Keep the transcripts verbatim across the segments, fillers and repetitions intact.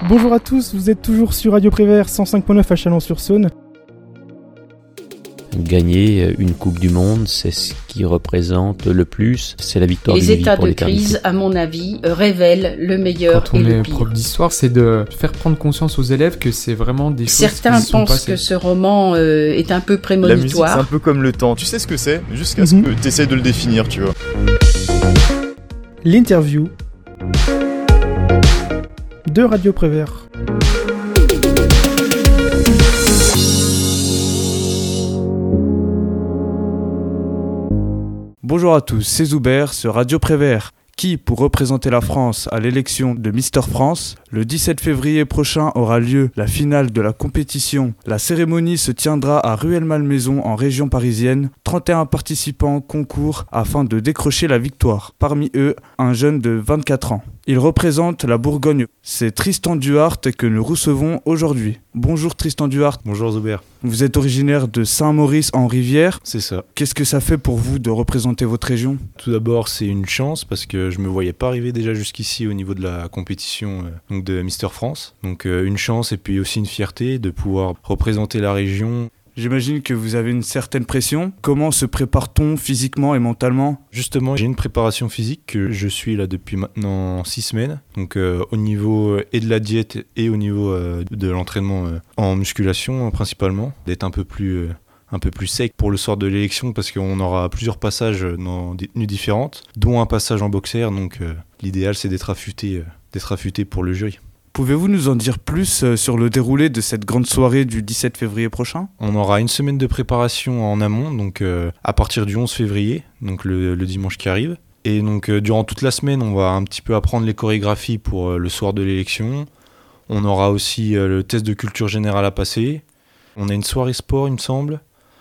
Bonjour à tous, vous êtes toujours sur Radio Prévert cent cinq point neuf à Chalon-sur-Saône. Gagner une Coupe du Monde, c'est ce qui représente le plus, c'est la victoire d'une vie pour l'éternité. Les états de crise, à mon avis, révèlent le meilleur Quand et on le est pire. prof d'histoire, c'est de faire prendre conscience aux élèves que c'est vraiment des choses Certains qui sont pensent passées. que ce roman euh, est un peu La musique, c'est prémonitoire. un peu comme le temps. Tu sais ce que c'est, jusqu'à ce Mhm. que tu essaies de le définir, tu vois. L'interview de Radio Prévert. Bonjour à tous, c'est Zuber sur Radio Prévert, qui, pour représenter la France à l'élection de Mister France, le dix-sept février prochain aura lieu la finale de la compétition. La cérémonie se tiendra à Rueil-Malmaison en région parisienne. trente et un participants concourent afin de décrocher la victoire. Parmi eux, un jeune de vingt-quatre ans. Il représente la Bourgogne. C'est Tristan Duhart que nous recevons aujourd'hui. Bonjour Tristan Duhart. Bonjour Zuber. Vous êtes originaire de Saint-Maurice-en-Rivière. C'est ça. Qu'est-ce que ça fait pour vous de représenter votre région ? Tout d'abord, c'est une chance parce que je me voyais pas arriver déjà jusqu'ici au niveau de la compétition euh, donc de Mister France. Donc euh, une chance et puis aussi une fierté de pouvoir représenter la région. J'imagine que vous avez une certaine pression. Comment se prépare-t-on physiquement et mentalement ? Justement, j'ai une préparation physique que je suis là depuis maintenant six semaines. Donc euh, au niveau et de la diète et au niveau euh, de l'entraînement euh, en musculation principalement, d'être un peu plus euh, un peu plus sec pour le soir de l'élection parce qu'on aura plusieurs passages dans des tenues différentes, dont un passage en boxer. Donc euh, l'idéal c'est d'être affûté, euh, d'être affûté pour le jury. Pouvez-vous nous en dire plus sur le déroulé de cette grande soirée du dix-sept février prochain ? On aura une semaine de préparation en amont, donc euh, à partir du onze février, donc le, le dimanche qui arrive. Et donc euh, durant toute la semaine, on va un petit peu apprendre les chorégraphies pour euh, le soir de l'élection. On aura aussi euh, le test de culture générale à passer. On a une soirée sport, il me semble.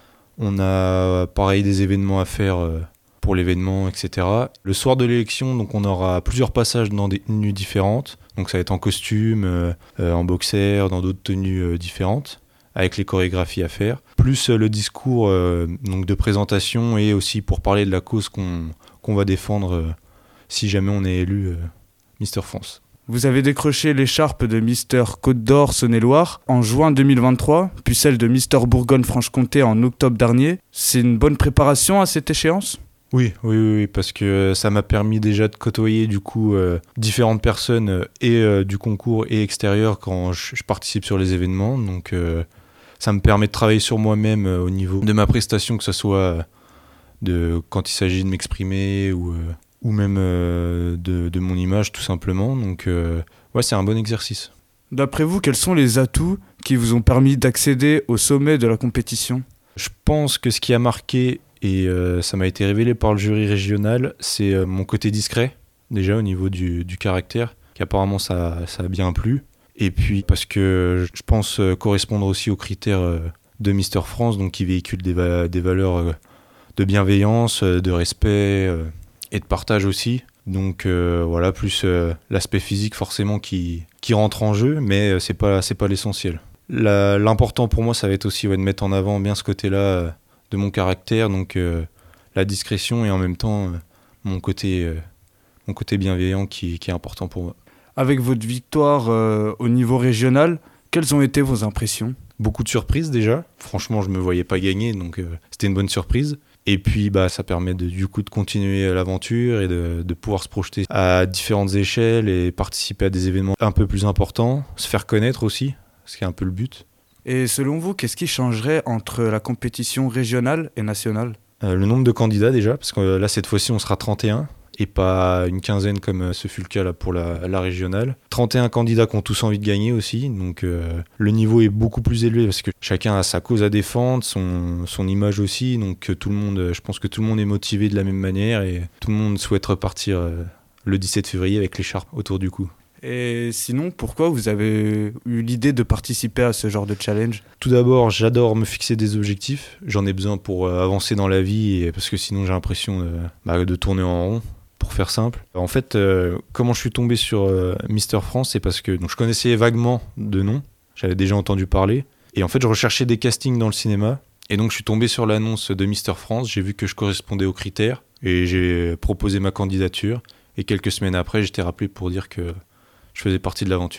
On a pareil des événements à faire euh, pour l'événement, et cetera. Le soir de l'élection, donc on aura plusieurs passages dans des tenues différentes. Donc ça va être en costume, euh, euh, en boxer, dans d'autres tenues euh, différentes, avec les chorégraphies à faire. Plus euh, le discours euh, donc de présentation et aussi pour parler de la cause qu'on, qu'on va défendre euh, si jamais on est élu euh, Mister France. Vous avez décroché l'écharpe de Mister Côte d'Or Saône-et-Loire en juin deux mille vingt-trois, puis celle de Mister Bourgogne-Franche-Comté en octobre dernier. C'est une bonne préparation à cette échéance ? Oui, oui, oui, oui, parce que ça m'a permis déjà de côtoyer du coup euh, différentes personnes euh, et euh, du concours et extérieur quand je, je participe sur les événements. Donc euh, ça me permet de travailler sur moi-même euh, au niveau de ma prestation, que ce soit euh, de, quand il s'agit de m'exprimer ou, euh, ou même euh, de, de mon image tout simplement. Donc euh, ouais, c'est un bon exercice. D'après vous, quels sont les atouts qui vous ont permis d'accéder au sommet de la compétition ? Je pense que ce qui a marqué, et euh, ça m'a été révélé par le jury régional, c'est euh, mon côté discret, déjà au niveau du, du caractère, qu'apparemment ça, ça a bien plu. Et puis parce que je pense euh, correspondre aussi aux critères euh, de Mister France, donc qui véhicule des, va- des valeurs euh, de bienveillance, euh, de respect euh, et de partage aussi. Donc euh, voilà, plus euh, l'aspect physique forcément qui, qui rentre en jeu, mais euh, c'est pas, c'est pas l'essentiel. La, l'important pour moi, ça va être aussi ouais, de mettre en avant bien ce côté-là euh, de mon caractère, donc euh, la discrétion et en même temps euh, mon, côté, euh, mon côté bienveillant qui, qui est important pour moi. Avec votre victoire euh, au niveau régional, quelles ont été vos impressions ? Beaucoup de surprises déjà, franchement je me voyais pas gagner, donc euh, c'était une bonne surprise. Et puis bah, ça permet de, du coup de continuer l'aventure et de, de pouvoir se projeter à différentes échelles et participer à des événements un peu plus importants, se faire connaître aussi, ce qui est un peu le but. Et selon vous, qu'est-ce qui changerait entre la compétition régionale et nationale ? euh, Le nombre de candidats déjà, parce que euh, là cette fois-ci on sera trente et un et pas une quinzaine comme euh, ce fut le cas là, pour la, la régionale. trente et un candidats qui ont tous envie de gagner aussi, donc euh, le niveau est beaucoup plus élevé parce que chacun a sa cause à défendre, son, son image aussi, donc euh, tout le monde, je pense que tout le monde est motivé de la même manière et tout le monde souhaite repartir euh, le dix-sept février avec l'écharpe autour du cou. Et sinon, pourquoi vous avez eu l'idée de participer à ce genre de challenge ? Tout d'abord, j'adore me fixer des objectifs. J'en ai besoin pour euh, avancer dans la vie, et, parce que sinon j'ai l'impression de, bah, de tourner en rond, pour faire simple. En fait, euh, comment je suis tombé sur euh, Mister France, c'est parce que donc, je connaissais vaguement de nom, j'avais déjà entendu parler, et en fait je recherchais des castings dans le cinéma, et donc je suis tombé sur l'annonce de Mister France, j'ai vu que je correspondais aux critères, et j'ai proposé ma candidature, et quelques semaines après, j'étais rappelé pour dire que je faisais partie de l'aventure.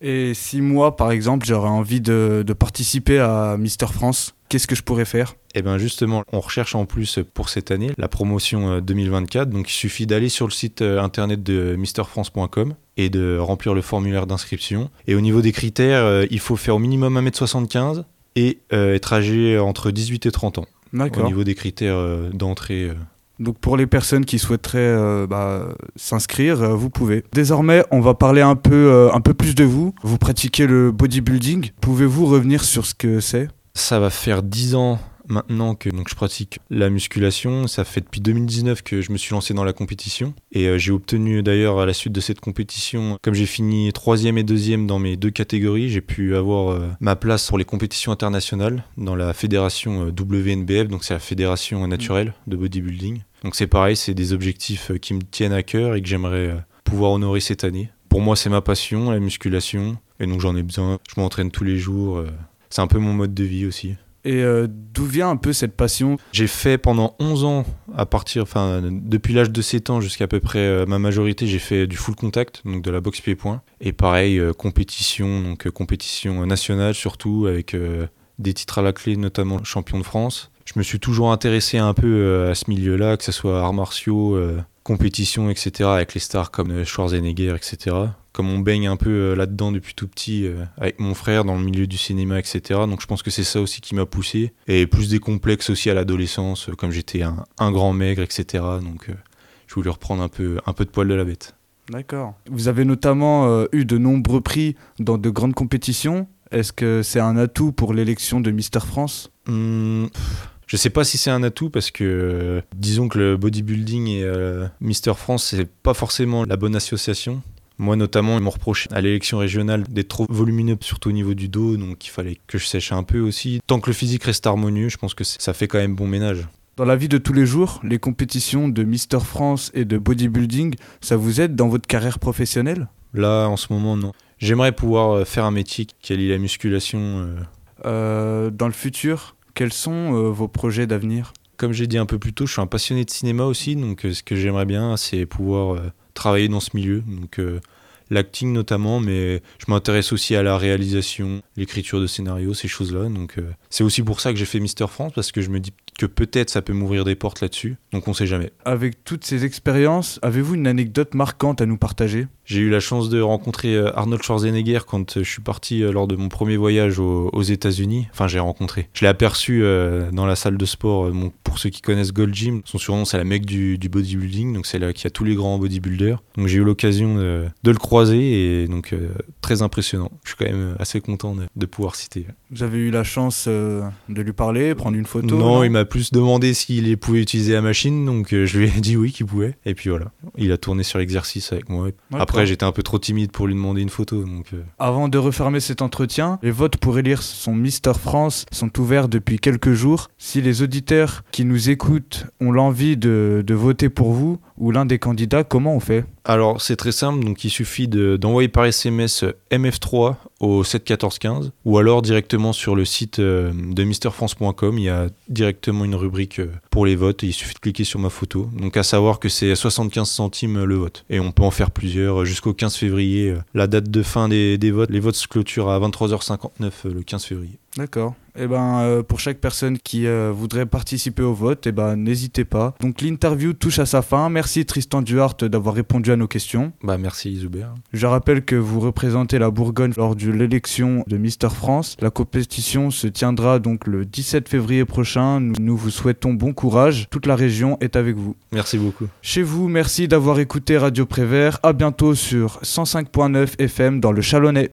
Et si moi, par exemple, j'aurais envie de, de participer à Mister France, qu'est-ce que je pourrais faire ? Eh bien justement, on recherche en plus pour cette année la promotion deux mille vingt-quatre. Donc il suffit d'aller sur le site internet de mister france point com et de remplir le formulaire d'inscription. Et au niveau des critères, il faut faire au minimum un mètre soixante-quinze et euh, être âgé entre dix-huit et trente ans. D'accord. Au niveau des critères euh, d'entrée. Euh. Donc pour les personnes qui souhaiteraient euh, bah, s'inscrire, euh, vous pouvez. Désormais, on va parler un peu, euh, un peu plus de vous. Vous pratiquez le bodybuilding. Pouvez-vous revenir sur ce que c'est ? Ça va faire dix ans maintenant que donc, je pratique la musculation. Ça fait depuis deux mille dix-neuf que je me suis lancé dans la compétition. Et euh, j'ai obtenu d'ailleurs à la suite de cette compétition, comme j'ai fini troisième et deuxième dans mes deux catégories, j'ai pu avoir euh, ma place pour les compétitions internationales dans la fédération euh, W N B F, donc c'est la fédération naturelle de bodybuilding. Donc c'est pareil, c'est des objectifs euh, qui me tiennent à cœur et que j'aimerais euh, pouvoir honorer cette année. Pour moi, c'est ma passion, la musculation. Et donc j'en ai besoin. Je m'entraîne tous les jours. Euh, c'est un peu mon mode de vie aussi. Et euh, d'où vient un peu cette passion ? J'ai fait pendant onze ans, à partir, enfin, depuis l'âge de sept ans jusqu'à peu près euh, ma majorité, j'ai fait du full contact, donc de la boxe pied-point. Et pareil, euh, compétition, donc euh, compétition nationale surtout, avec euh, des titres à la clé, notamment champion de France. Je me suis toujours intéressé un peu euh, à ce milieu-là, que ce soit arts martiaux, euh, compétition, et cetera, avec les stars comme euh, Schwarzenegger, et cetera. Comme on baigne un peu euh, là-dedans depuis tout petit, euh, avec mon frère dans le milieu du cinéma, et cetera. Donc je pense que c'est ça aussi qui m'a poussé. Et plus des complexes aussi à l'adolescence, euh, comme j'étais un, un grand maigre, et cetera. Donc euh, je voulais reprendre un peu, un peu de poil de la bête. D'accord. Vous avez notamment euh, eu de nombreux prix dans de grandes compétitions. Est-ce que c'est un atout pour l'élection de Mister France ? Mmh, Je sais pas si c'est un atout parce que euh, disons que le bodybuilding et euh, Mister France, c'est pas forcément la bonne association. Moi notamment, ils m'ont reproché à l'élection régionale d'être trop volumineux, surtout au niveau du dos, donc il fallait que je sèche un peu aussi. Tant que le physique reste harmonieux, je pense que ça fait quand même bon ménage. Dans la vie de tous les jours, les compétitions de Mister France et de bodybuilding, ça vous aide dans votre carrière professionnelle ? Là, en ce moment, non. J'aimerais pouvoir faire un métier qui allie la musculation. Euh... Euh, dans le futur, quels sont euh, vos projets d'avenir ? Comme j'ai dit un peu plus tôt, je suis un passionné de cinéma aussi, donc euh, ce que j'aimerais bien, c'est pouvoir euh, travailler dans ce milieu. Donc euh, l'acting notamment, mais je m'intéresse aussi à la réalisation, l'écriture de scénarios, ces choses-là. Donc euh, c'est aussi pour ça que j'ai fait Mister France, parce que je me dis que peut-être ça peut m'ouvrir des portes là-dessus, donc on sait jamais. Avec toutes ces expériences, avez-vous une anecdote marquante à nous partager ? J'ai eu la chance de rencontrer Arnold Schwarzenegger quand je suis parti lors de mon premier voyage aux, aux États-Unis. Enfin, j'ai rencontré. Je l'ai aperçu euh, dans la salle de sport. Bon, pour ceux qui connaissent Gold Gym, son surnom c'est la mecque du, du bodybuilding, donc c'est là qu'il y a tous les grands bodybuilders. Donc j'ai eu l'occasion de, de le croiser et donc euh, très impressionnant. Je suis quand même assez content de, de pouvoir citer. Vous avez eu la chance euh, de lui parler, prendre une photo ? Non, non il m'a plus demandé s'il pouvait utiliser la machine, donc euh, je lui ai dit oui qu'il pouvait. Et puis voilà, il a tourné sur l'exercice avec moi. D'accord. Après, j'étais un peu trop timide pour lui demander une photo. Donc euh... Avant de refermer cet entretien, les votes pour élire son Mister France sont ouverts depuis quelques jours. Si les auditeurs qui nous écoutent ont l'envie de, de voter pour vous ou l'un des candidats, comment on fait ? Alors, c'est très simple. Donc, il suffit de, d'envoyer par S M S M F trois au sept quatorze quinze ou alors directement sur le site euh, de mister france point com. Il y a directement une rubrique euh, pour les votes et il suffit de cliquer sur ma photo. Donc, à savoir que c'est soixante-quinze centimes le vote. Et on peut en faire plusieurs jusqu'au quinze février. Euh, la date de fin des, des votes. Les votes se clôturent à vingt-trois heures cinquante-neuf euh, le quinze février. D'accord. Et ben, euh, pour chaque personne qui euh, voudrait participer au vote, et ben, n'hésitez pas. Donc l'interview touche à sa fin. Merci Tristan Duhart d'avoir répondu à nos questions. Bah merci Zuber. Je rappelle que vous représentez la Bourgogne lors de l'élection de Mister France. La compétition se tiendra donc le dix-sept février prochain. Nous, nous vous souhaitons bon courage. Toute la région est avec vous. Merci beaucoup. Chez vous, merci d'avoir écouté Radio Prévert. À bientôt sur cent cinq point neuf F M dans le Chalonnais.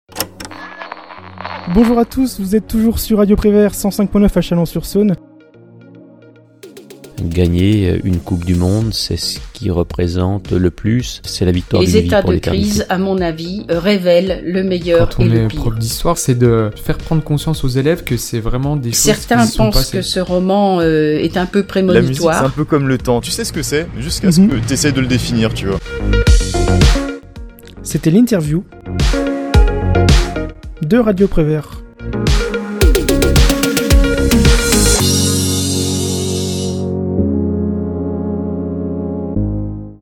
Bonjour à tous, vous êtes toujours sur Radio Prévert cent cinq point neuf à Chalon-sur-Saône. Gagner une Coupe du Monde, c'est ce qui représente le plus, c'est la victoire Les d'une vie états pour de l'éternité. crise, à mon avis, euh, révèlent le meilleur Quand on et le est pire. prof d'histoire, c'est de faire prendre conscience aux élèves que c'est vraiment des choses Certains qui sont pensent passées. que ce roman euh, est un peu La musique, c'est prémonitoire. un peu comme le temps. Tu sais ce que c'est, jusqu'à ce Mhm. que tu essaies de le définir, tu vois. C'était l'interview de Radio Prévert.